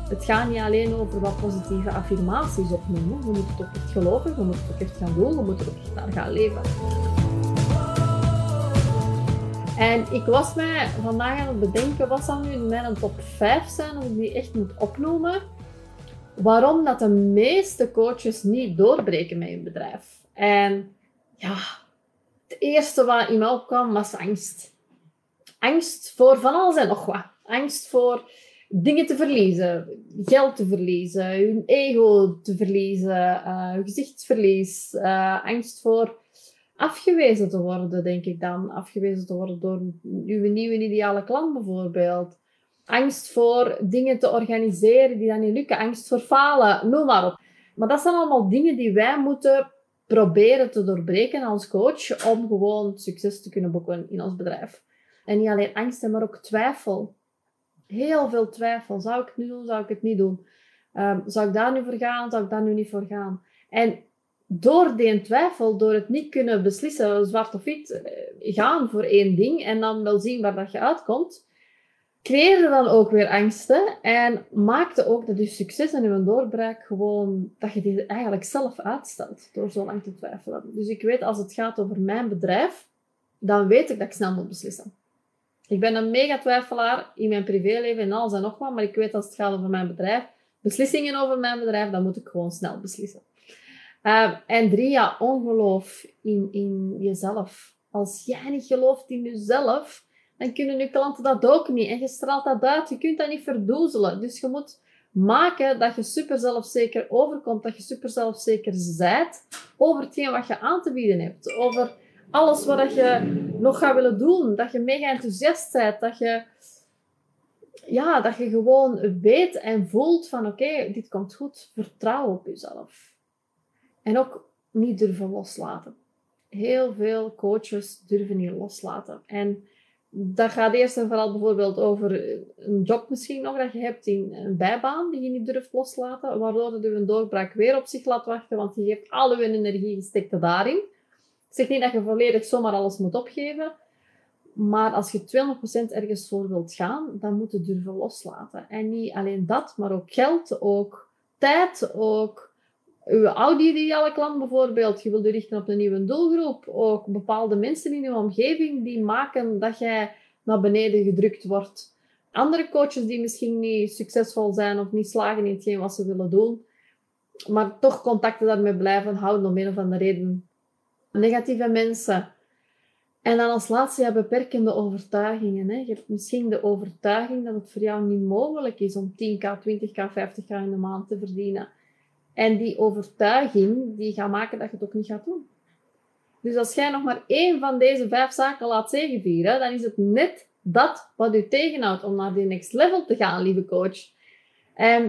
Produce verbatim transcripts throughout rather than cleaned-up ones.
Het gaat niet alleen over wat positieve affirmaties opnoemen. We moeten het ook echt geloven, we moeten het ook echt gaan doen, we moeten er ook echt naar gaan leven. En ik was mij vandaag aan het bedenken, wat zou nu mijn top vijf zijn, als ik die echt moet opnoemen. Waarom dat de meeste coaches niet doorbreken met hun bedrijf. En ja, het eerste wat in me opkwam was angst. Angst voor van alles en nog wat. Angst voor dingen te verliezen, geld te verliezen, hun ego te verliezen, uh, hun gezichtsverlies. Uh, angst voor afgewezen te worden, denk ik dan. Afgewezen te worden door uw nieuwe ideale klant bijvoorbeeld. Angst voor dingen te organiseren die dan niet lukken. Angst voor falen, noem maar op. Maar dat zijn allemaal dingen die wij moeten proberen te doorbreken als coach om gewoon succes te kunnen boeken in ons bedrijf. En niet alleen angst, maar ook twijfel. Heel veel twijfel. Zou ik het nu doen? Zou ik het niet doen? Um, zou ik daar nu voor gaan? Zou ik daar nu niet voor gaan? En door die twijfel, door het niet kunnen beslissen, zwart of wit, gaan voor één ding en dan wel zien waar dat je uitkomt, creëerde dan ook weer angsten en maakte ook dat je succes en je doorbraak gewoon, dat je die eigenlijk zelf uitstelt door zo lang te twijfelen. Dus ik weet, als het gaat over mijn bedrijf, dan weet ik dat ik snel moet beslissen. Ik ben een mega twijfelaar in mijn privéleven en alles en nog wat, maar ik weet als het gaat over mijn bedrijf, beslissingen over mijn bedrijf, dan moet ik gewoon snel beslissen. Uh, en drie, ja, ongeloof in, in jezelf. Als jij niet gelooft in jezelf, dan kunnen je klanten dat ook niet. En je straalt dat uit. Je kunt dat niet verdoezelen. Dus je moet maken dat je super zelfzeker overkomt. Dat je super zelfzeker zijt over hetgeen wat je aan te bieden hebt. Over alles wat je nog gaat willen doen. Dat je mega enthousiast bent. Dat je, ja, dat je gewoon weet en voelt van oké, okay, dit komt goed. Vertrouw op jezelf. En ook niet durven loslaten. Heel veel coaches durven niet loslaten. En dat gaat eerst en vooral bijvoorbeeld over een job misschien nog dat je hebt in een bijbaan die je niet durft loslaten, waardoor je een doorbraak weer op zich laat wachten, want je geeft al je energie, je steekt het daarin. Ik zeg niet dat je volledig zomaar alles moet opgeven, maar als je tweehonderd procent ergens voor wilt gaan, dan moet je durven loslaten. En niet alleen dat, maar ook geld, ook tijd, ook uw oude-ideale klant bijvoorbeeld. Je wilt je richten op een nieuwe doelgroep. Ook bepaalde mensen in je omgeving die maken dat jij naar beneden gedrukt wordt. Andere coaches die misschien niet succesvol zijn of niet slagen in hetgeen wat ze willen doen, maar toch contacten daarmee blijven houden om een of andere reden. Negatieve mensen. En dan als laatste, ja, beperkende overtuigingen. Hè. Je hebt misschien de overtuiging dat het voor jou niet mogelijk is om tien k, twintig k, vijftig k in de maand te verdienen. En die overtuiging, die gaat maken dat je het ook niet gaat doen. Dus als jij nog maar één van deze vijf zaken laat zegevieren, dan is het net dat wat je tegenhoudt om naar die next level te gaan, lieve coach. En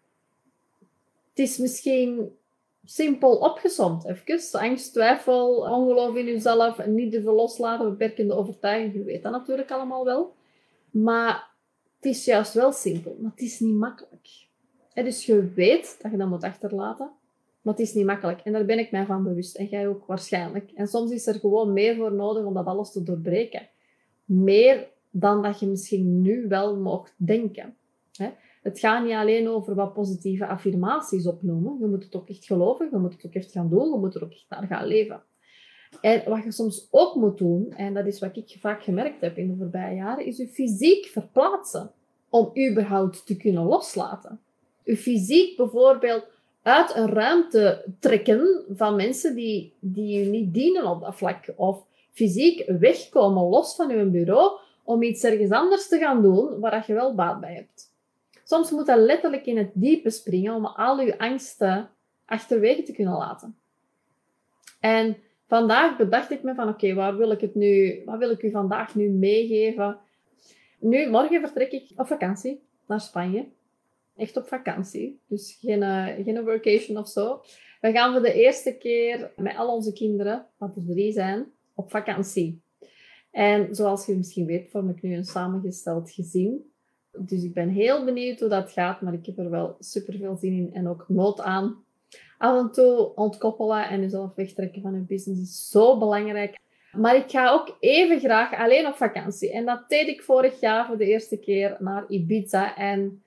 het is misschien simpel opgesomd, even. Angst, twijfel, ongeloof in jezelf, niet durven loslaten, beperkende overtuiging. Je weet dat natuurlijk allemaal wel. Maar het is juist wel simpel, maar het is niet makkelijk. He, dus je weet dat je dat moet achterlaten, maar het is niet makkelijk. En daar ben ik mij van bewust. En jij ook waarschijnlijk. En soms is er gewoon meer voor nodig om dat alles te doorbreken. Meer dan dat je misschien nu wel mocht denken. He, het gaat niet alleen over wat positieve affirmaties opnoemen. Je moet het ook echt geloven. Je moet het ook echt gaan doen. Je moet er ook echt naar gaan leven. En wat je soms ook moet doen, en dat is wat ik vaak gemerkt heb in de voorbije jaren, is je fysiek verplaatsen om überhaupt te kunnen loslaten. Je fysiek bijvoorbeeld uit een ruimte trekken van mensen die, die je niet dienen op dat vlak. Of fysiek wegkomen, los van je bureau, om iets ergens anders te gaan doen waar je wel baat bij hebt. Soms moet je letterlijk in het diepe springen om al je angsten achterwege te kunnen laten. En vandaag bedacht ik me van oké, okay, waar wil ik het nu, wat wil ik u vandaag nu meegeven? Nu, morgen vertrek ik op vakantie naar Spanje. Echt op vakantie. Dus geen, uh, geen workation of zo. We gaan voor de eerste keer met al onze kinderen, wat er drie zijn, op vakantie. En zoals je misschien weet, vorm ik nu een samengesteld gezin. Dus ik ben heel benieuwd hoe dat gaat, maar ik heb er wel super veel zin in en ook nood aan. Af en toe ontkoppelen en jezelf wegtrekken van je business is zo belangrijk. Maar ik ga ook even graag alleen op vakantie. En dat deed ik vorig jaar voor de eerste keer naar Ibiza. En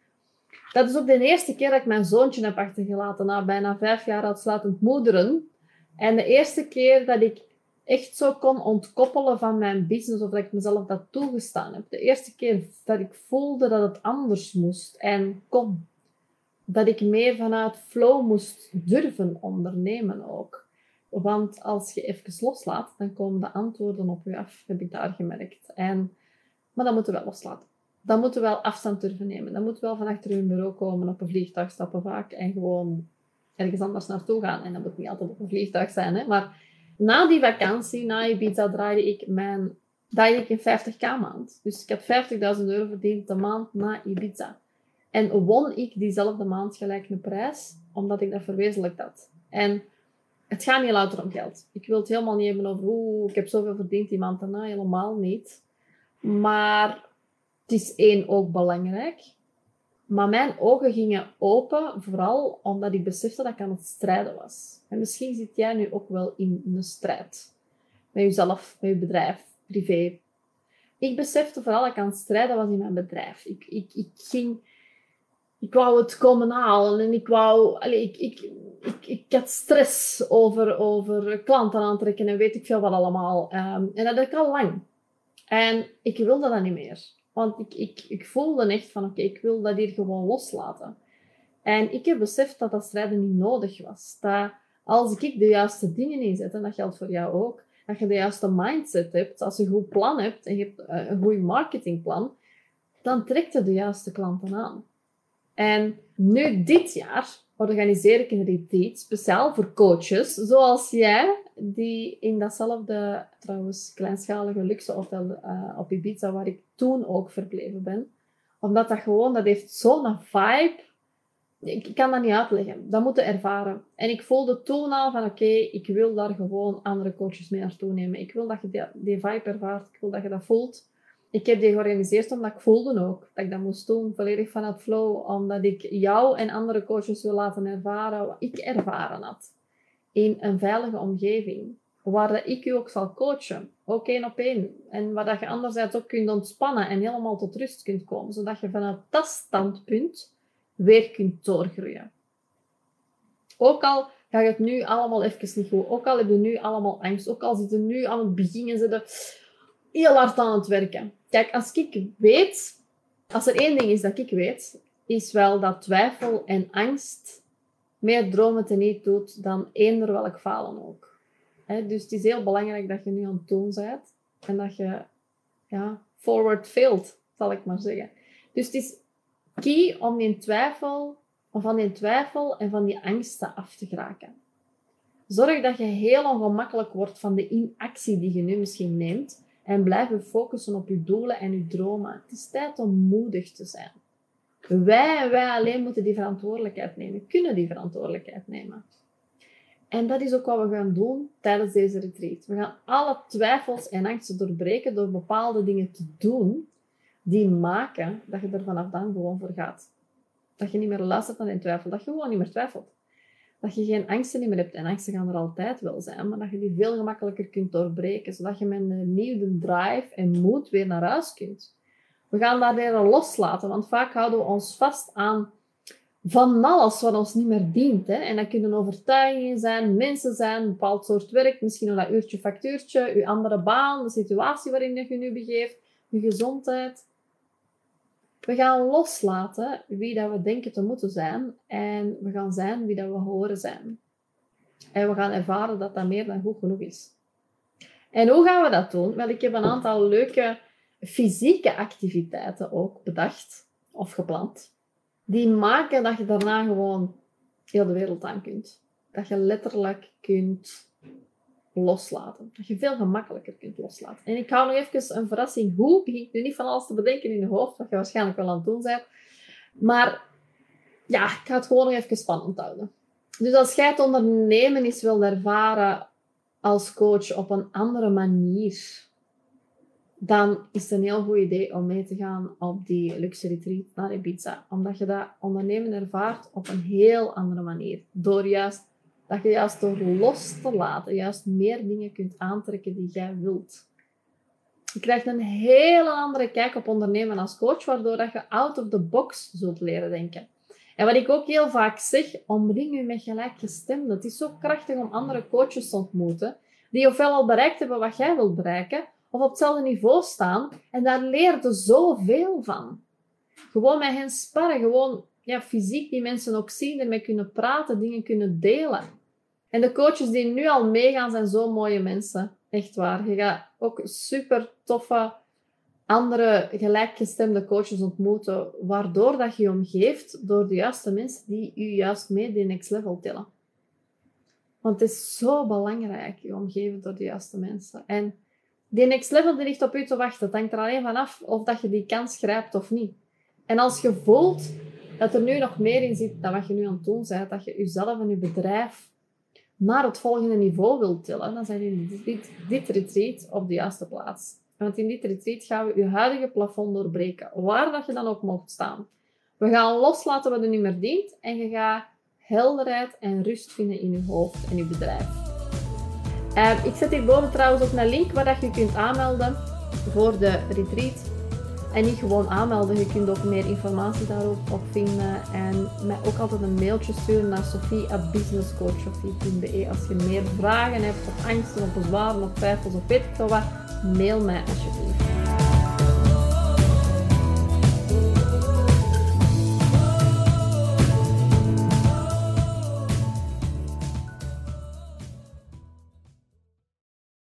Dat is ook de eerste keer dat ik mijn zoontje heb achtergelaten. Na bijna vijf jaar uitsluitend moederen. En de eerste keer dat ik echt zo kon ontkoppelen van mijn business. Of dat ik mezelf dat toegestaan heb. De eerste keer dat ik voelde dat het anders moest en kon. Dat ik meer vanuit flow moest durven ondernemen ook. Want als je even loslaat, dan komen de antwoorden op je af, heb ik daar gemerkt. En, maar dan moeten we wel loslaten. Dan moeten we wel afstand durven nemen. Dan moeten we wel van achter je bureau komen, op een vliegtuig stappen vaak en gewoon ergens anders naartoe gaan. En dat moet niet altijd op een vliegtuig zijn, hè. Maar na die vakantie, na Ibiza, draaide ik mijn draaide ik een vijftig k maand. Dus ik heb vijftigduizend euro verdiend de maand na Ibiza. En won ik diezelfde maand gelijk een prijs, omdat ik dat verwezenlijkt had. En het gaat niet louter om geld. Ik wil het helemaal niet hebben over, oeh, ik heb zoveel verdiend die maand daarna. Helemaal niet. Maar het is één ook belangrijk. Maar mijn ogen gingen open, vooral omdat ik besefte dat ik aan het strijden was. En misschien zit jij nu ook wel in een strijd. Met jezelf, met je bedrijf, privé. Ik besefte vooral dat ik aan het strijden was in mijn bedrijf. Ik, ik, ik ging... Ik wou het komen halen en ik wou... Allez, ik, ik, ik, ik had stress over, over klanten aantrekken en weet ik veel wat allemaal. Um, en dat had ik al lang. En ik wilde dat niet meer. Want ik, ik, ik voelde echt van, oké, okay, ik wil dat hier gewoon loslaten. En ik heb beseft dat dat strijden niet nodig was. Dat als ik de juiste dingen inzet, en dat geldt voor jou ook, dat je de juiste mindset hebt, als je een goed plan hebt en je hebt een goed marketingplan, dan trekt je de juiste klanten aan. En nu dit jaar organiseer ik een retreat speciaal voor coaches, zoals jij, die in datzelfde, trouwens, kleinschalige luxe hotel uh, op Ibiza, waar ik toen ook verbleven ben. Omdat dat gewoon, dat heeft zo'n vibe. Ik, ik kan dat niet uitleggen. Dat moeten ervaren. En ik voelde toen al van, oké, okay, ik wil daar gewoon andere coaches mee naartoe nemen. Ik wil dat je die, die vibe ervaart. Ik wil dat je dat voelt. Ik heb die georganiseerd omdat ik voelde ook dat ik dat moest doen, volledig vanuit flow, omdat ik jou en andere coaches wil laten ervaren wat ik ervaren had. In een veilige omgeving, waar dat ik je ook zal coachen, ook één op één. En waar dat je anderzijds ook kunt ontspannen en helemaal tot rust kunt komen, zodat je vanuit dat standpunt weer kunt doorgroeien. Ook al gaat het nu allemaal even niet goed, ook al heb je nu allemaal angst, ook al zitten nu aan het begin en zitten heel hard aan het werken. Kijk, als ik weet, als er één ding is dat ik weet, is wel dat twijfel en angst meer dromen teniet doet dan eender welk falen ook. He, dus het is heel belangrijk dat je nu aan het doen bent en dat je ja, forward failed, zal ik maar zeggen. Dus het is key om die twijfel, om van die twijfel en van die angsten af te geraken. Zorg dat je heel ongemakkelijk wordt van de inactie die je nu misschien neemt. En blijf je focussen op je doelen en je dromen. Het is tijd om moedig te zijn. Wij en wij alleen moeten die verantwoordelijkheid nemen. Kunnen die verantwoordelijkheid nemen. En dat is ook wat we gaan doen tijdens deze retreat. We gaan alle twijfels en angsten doorbreken door bepaalde dingen te doen die maken dat je er vanaf dan gewoon voor gaat. Dat je niet meer luistert naar die twijfel. Dat je gewoon niet meer twijfelt. Dat je geen angsten meer hebt. En angsten gaan er altijd wel zijn. Maar dat je die veel gemakkelijker kunt doorbreken. Zodat je met een nieuwe drive en moed weer naar huis kunt. We gaan daar weer loslaten. Want vaak houden we ons vast aan van alles wat ons niet meer dient. Hè? En dat kunnen overtuigingen zijn, mensen zijn, een bepaald soort werk. Misschien nog dat uurtje, factuurtje, je andere baan, de situatie waarin je je nu begeeft, je gezondheid. We gaan loslaten wie dat we denken te moeten zijn en we gaan zijn wie dat we horen zijn. En we gaan ervaren dat dat meer dan goed genoeg is. En hoe gaan we dat doen? Wel, ik heb een aantal leuke fysieke activiteiten ook bedacht of gepland. Die maken dat je daarna gewoon heel de wereld aan kunt. Dat je letterlijk kunt loslaten. Dat je veel gemakkelijker kunt loslaten. En ik hou nog even een verrassing. Hoe? Begin ik nu niet van alles te bedenken in je hoofd, wat je waarschijnlijk wel aan het doen bent. Maar ja, ik ga het gewoon nog even spannend houden. Dus als jij het ondernemen eens wil ervaren als coach op een andere manier, dan is het een heel goed idee om mee te gaan op die luxe retreat naar Ibiza. Omdat je dat ondernemen ervaart op een heel andere manier. Door juist Dat je juist door los te laten, juist meer dingen kunt aantrekken die jij wilt. Je krijgt een hele andere kijk op ondernemen als coach, waardoor dat je out of the box zult leren denken. En wat ik ook heel vaak zeg, omring je met gelijkgestemden. Het is zo krachtig om andere coaches te ontmoeten, die ofwel al bereikt hebben wat jij wilt bereiken, of op hetzelfde niveau staan. En daar leer je zoveel van. Gewoon met hen sparren, gewoon ja, fysiek die mensen ook zien, ermee kunnen praten, dingen kunnen delen. En de coaches die nu al meegaan, zijn zo mooie mensen. Echt waar. Je gaat ook super toffe, andere gelijkgestemde coaches ontmoeten, waardoor dat je je omgeeft door de juiste mensen die je juist mee die next level tillen. Want het is zo belangrijk, je omgeven door de juiste mensen. En die next level die ligt op u te wachten. Het hangt er alleen van af of dat je die kans grijpt of niet. En als je voelt dat er nu nog meer in zit dan wat je nu aan het doen bent, dat je jezelf en je bedrijf naar het volgende niveau wilt tillen, dan zijn we in dit, dit retreat op de juiste plaats. Want in dit retreat gaan we je huidige plafond doorbreken, waar dat je dan ook mocht staan. We gaan loslaten wat er niet meer dient en je gaat helderheid en rust vinden in je hoofd en je bedrijf. Uh, ik zet hierboven trouwens ook een link waar dat je kunt aanmelden voor de retreat. En niet gewoon aanmelden, je kunt ook meer informatie daarop vinden. En mij ook altijd een mailtje sturen naar sophie at businesscoachsophie punt be als je meer vragen hebt, of angsten, of bezwaren, of twijfels, of weet ik veel wat. Mail mij alsjeblieft.